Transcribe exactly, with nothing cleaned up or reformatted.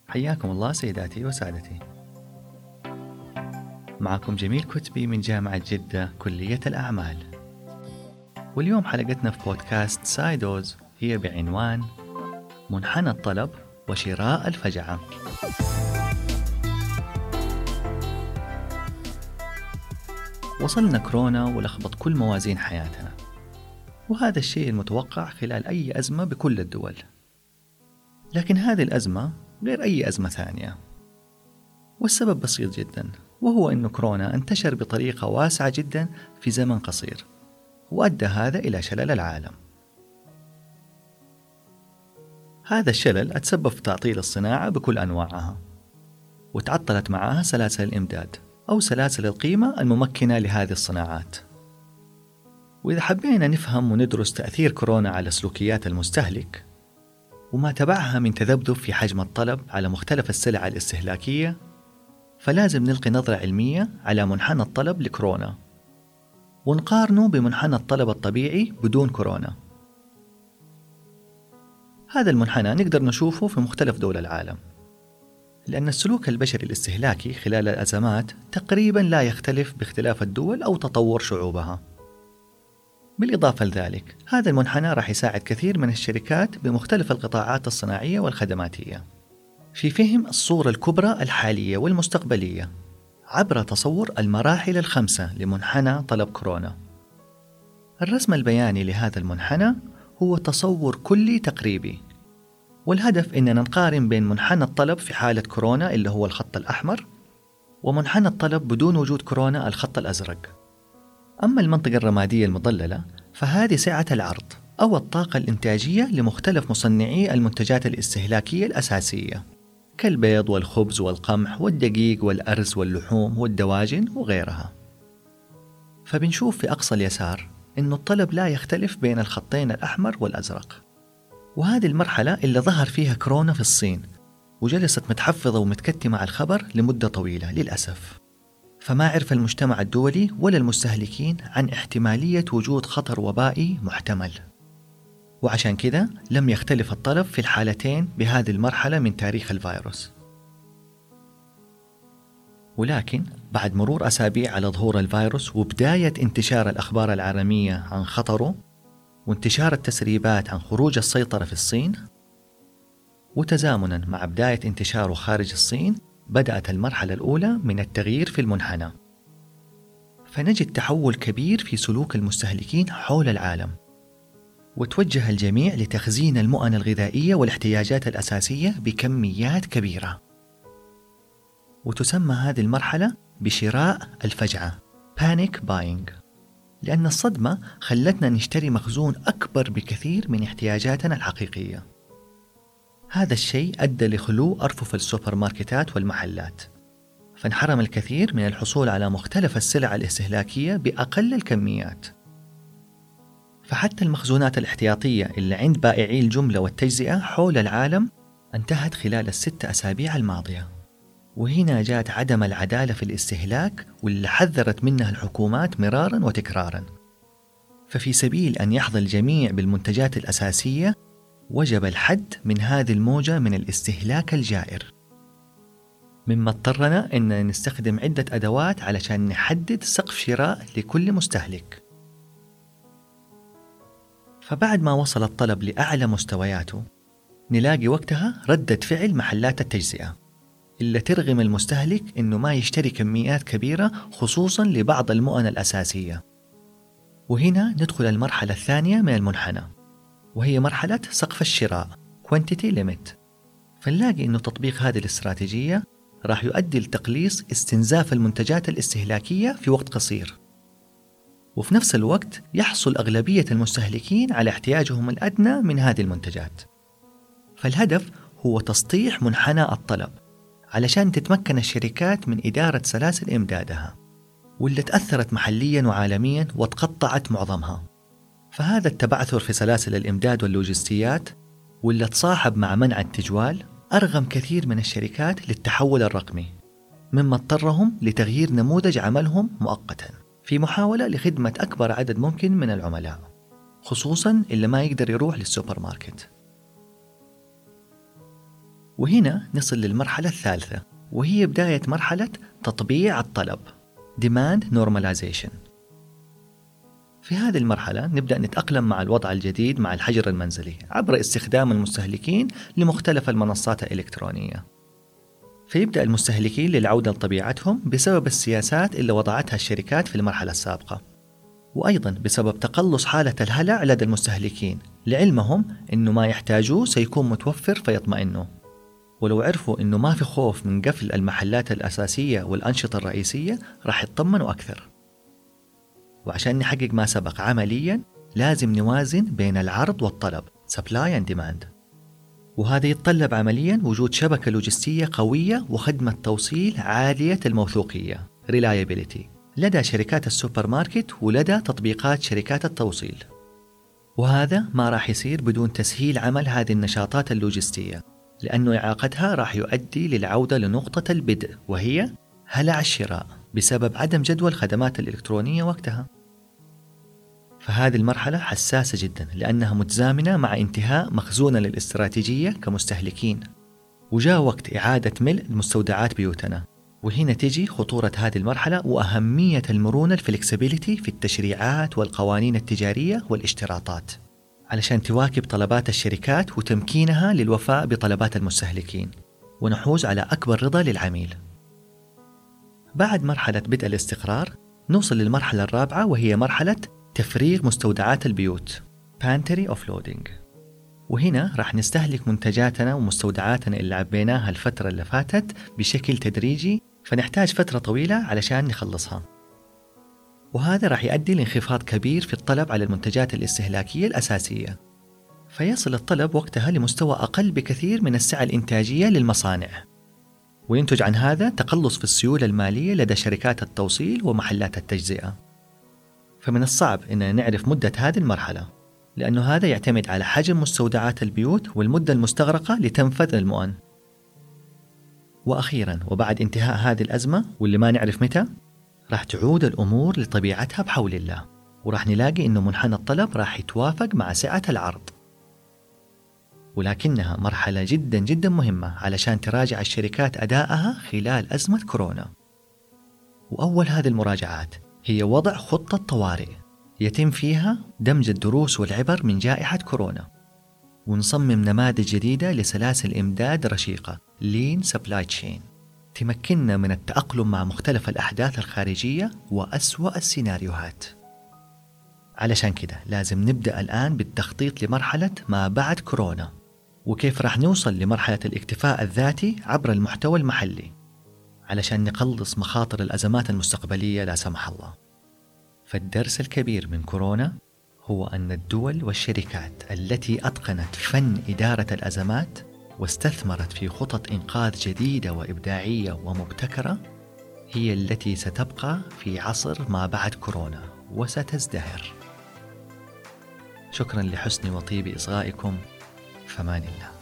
حياكم الله سيداتي وسادتي. معكم جميل كتبي من جامعة جدة كلية الأعمال، واليوم حلقتنا في بودكاست سايدوز هي بعنوان منحنى الطلب وشراء الفجعة. وصلنا كورونا ولخبط كل موازين حياتنا، وهذا الشيء المتوقع خلال أي أزمة بكل الدول. لكن هذه الأزمة غير أي أزمة ثانية، والسبب بسيط جدا، وهو أن كورونا انتشر بطريقة واسعة جدا في زمن قصير، وأدى هذا إلى شلل العالم. هذا الشلل أتسبب في تعطيل الصناعة بكل أنواعها، وتعطلت معها سلاسل الإمداد أو سلاسل القيمة الممكنة لهذه الصناعات. وإذا حبينا نفهم وندرس تأثير كورونا على سلوكيات المستهلك وما تبعها من تذبذب في حجم الطلب على مختلف السلع الاستهلاكية، فلازم نلقي نظرة علمية على منحنى الطلب لكورونا ونقارنه بمنحنى الطلب الطبيعي بدون كورونا. هذا المنحنى نقدر نشوفه في مختلف دول العالم، لأن السلوك البشري الاستهلاكي خلال الأزمات تقريبا لا يختلف باختلاف الدول أو تطور شعوبها. بالإضافة لذلك، هذا المنحنى راح يساعد كثير من الشركات بمختلف القطاعات الصناعية والخدماتية في فهم الصورة الكبرى الحالية والمستقبلية عبر تصور المراحل الخمسة لمنحنى طلب كورونا. الرسم البياني لهذا المنحنى هو تصور كلي تقريبي، والهدف إننا نقارن بين منحنى الطلب في حالة كورونا اللي هو الخط الأحمر ومنحنى الطلب بدون وجود كورونا الخط الأزرق. أما المنطقة الرمادية المظللة فهذه سعة العرض أو الطاقة الإنتاجية لمختلف مصنعي المنتجات الاستهلاكية الأساسية كالبيض والخبز والقمح والدقيق والأرز واللحوم والدواجن وغيرها. فبنشوف في أقصى اليسار إنه الطلب لا يختلف بين الخطين الأحمر والأزرق، وهذه المرحلة اللي ظهر فيها كورونا في الصين وجلست متحفظة ومتكتمة على الخبر لمدة طويلة للأسف. فما عرف المجتمع الدولي ولا المستهلكين عن احتمالية وجود خطر وبائي محتمل، وعشان كذا لم يختلف الطلب في الحالتين بهذه المرحلة من تاريخ الفيروس. ولكن بعد مرور أسابيع على ظهور الفيروس وبداية انتشار الأخبار العالمية عن خطره وانتشار التسريبات عن خروج السيطرة في الصين، وتزامنا مع بداية انتشاره خارج الصين، بدأت المرحلة الأولى من التغيير في المنحنى. فنجد تحول كبير في سلوك المستهلكين حول العالم، وتوجه الجميع لتخزين المؤن الغذائية والاحتياجات الأساسية بكميات كبيرة. وتسمى هذه المرحلة بشراء الفجعة Panic Buying، لأن الصدمة خلتنا نشتري مخزون أكبر بكثير من احتياجاتنا الحقيقية. هذا الشيء أدى لخلو أرفف السوبر ماركتات والمحلات، فانحرم الكثير من الحصول على مختلف السلع الاستهلاكية بأقل الكميات. فحتى المخزونات الاحتياطية اللي عند بائعي الجملة والتجزئة حول العالم انتهت خلال الست أسابيع الماضية. وهنا جاءت عدم العدالة في الاستهلاك واللي حذرت منها الحكومات مرارا وتكرارا. ففي سبيل أن يحظى الجميع بالمنتجات الأساسية، وجب الحد من هذه الموجة من الاستهلاك الجائر، مما اضطرنا أن نستخدم عدة أدوات علشان نحدد سقف شراء لكل مستهلك. فبعد ما وصل الطلب لأعلى مستوياته، نلاقي وقتها ردة فعل محلات التجزئة اللي ترغم المستهلك أنه ما يشتري كميات كبيرة خصوصا لبعض المؤن الأساسية. وهنا ندخل المرحلة الثانية من المنحنى، وهي مرحلة سقف الشراء Quantity Limit. فنلاقي أنه تطبيق هذه الاستراتيجية راح يؤدي لتقليص استنزاف المنتجات الاستهلاكية في وقت قصير، وفي نفس الوقت يحصل أغلبية المستهلكين على احتياجهم الأدنى من هذه المنتجات. فالهدف هو تسطيح منحنى الطلب علشان تتمكن الشركات من إدارة سلاسل إمدادها واللي تأثرت محليا وعالميا وتقطعت معظمها. فهذا التبعثر في سلاسل الإمداد واللوجستيات واللي تصاحب مع منع التجوال أرغم كثير من الشركات للتحول الرقمي، مما اضطرهم لتغيير نموذج عملهم مؤقتا في محاولة لخدمة أكبر عدد ممكن من العملاء، خصوصا اللي ما يقدر يروح للسوبر ماركت. وهنا نصل للمرحلة الثالثة، وهي بداية مرحلة تطبيع الطلب Demand Normalization. في هذه المرحلة نبدأ نتأقلم مع الوضع الجديد مع الحجر المنزلي عبر استخدام المستهلكين لمختلف المنصات الإلكترونية. فيبدأ المستهلكين للعودة لطبيعتهم بسبب السياسات اللي وضعتها الشركات في المرحلة السابقة، وأيضا بسبب تقلص حالة الهلع لدى المستهلكين لعلمهم أنه ما يحتاجوه سيكون متوفر فيطمئنوا، ولو عرفوا أنه ما في خوف من قفل المحلات الأساسية والأنشطة الرئيسية راح يطمنوا أكثر. وعشان نحقق ما سبق عمليا لازم نوازن بين العرض والطلب Supply and Demand، وهذا يتطلب عمليا وجود شبكة لوجستية قوية وخدمة توصيل عالية الموثوقية Reliability لدى شركات السوبر ماركت ولدى تطبيقات شركات التوصيل. وهذا ما راح يصير بدون تسهيل عمل هذه النشاطات اللوجستية، لأنه إعاقتها راح يؤدي للعودة لنقطة البدء وهي هلع الشراء بسبب عدم جدوى الخدمات الإلكترونية وقتها. فهذه المرحلة حساسة جدا لأنها متزامنة مع انتهاء مخزوننا الاستراتيجية كمستهلكين، وجاء وقت إعادة ملء مستودعات بيوتنا. وهنا تجي خطورة هذه المرحلة وأهمية المرونة الفلكسبيليتي في التشريعات والقوانين التجارية والاشتراطات علشان تواكب طلبات الشركات وتمكينها للوفاء بطلبات المستهلكين ونحوز على أكبر رضا للعميل. بعد مرحلة بدء الاستقرار نوصل للمرحلة الرابعة، وهي مرحلة تفريغ مستودعات البيوت Pantry Offloading. وهنا راح نستهلك منتجاتنا ومستودعاتنا اللي عبيناها الفترة اللي فاتت بشكل تدريجي، فنحتاج فترة طويلة علشان نخلصها، وهذا راح يؤدي لانخفاض كبير في الطلب على المنتجات الاستهلاكية الأساسية، فيصل الطلب وقتها لمستوى أقل بكثير من السعة الإنتاجية للمصانع، وينتج عن هذا تقلص في السيولة المالية لدى شركات التوصيل ومحلات التجزئة. فمن الصعب أن نعرف مدة هذه المرحلة، لأنه هذا يعتمد على حجم مستودعات البيوت والمدة المستغرقة لتنفذ المؤن. وأخيرا وبعد انتهاء هذه الأزمة واللي ما نعرف متى، راح تعود الأمور لطبيعتها بحول الله، وراح نلاقي أنه منحنى الطلب راح يتوافق مع سعة العرض. ولكنها مرحلة جدا جدا مهمة علشان تراجع الشركات أداءها خلال أزمة كورونا. وأول هذه المراجعات هي وضع خطة طوارئ يتم فيها دمج الدروس والعبر من جائحة كورونا، ونصمم نماذج جديدة لسلاسل إمداد رشيقة Lean Supply Chain تمكننا من التأقلم مع مختلف الأحداث الخارجية وأسوأ السيناريوهات. علشان كده لازم نبدأ الآن بالتخطيط لمرحلة ما بعد كورونا، وكيف راح نوصل لمرحلة الاكتفاء الذاتي عبر المحتوى المحلي علشان نقلص مخاطر الأزمات المستقبلية لا سمح الله. فالدرس الكبير من كورونا هو أن الدول والشركات التي أتقنت فن إدارة الأزمات واستثمرت في خطط إنقاذ جديدة وإبداعية ومبتكرة هي التي ستبقى في عصر ما بعد كورونا وستزدهر. شكرا لحسن وطيب إصغائكم. فمان الله.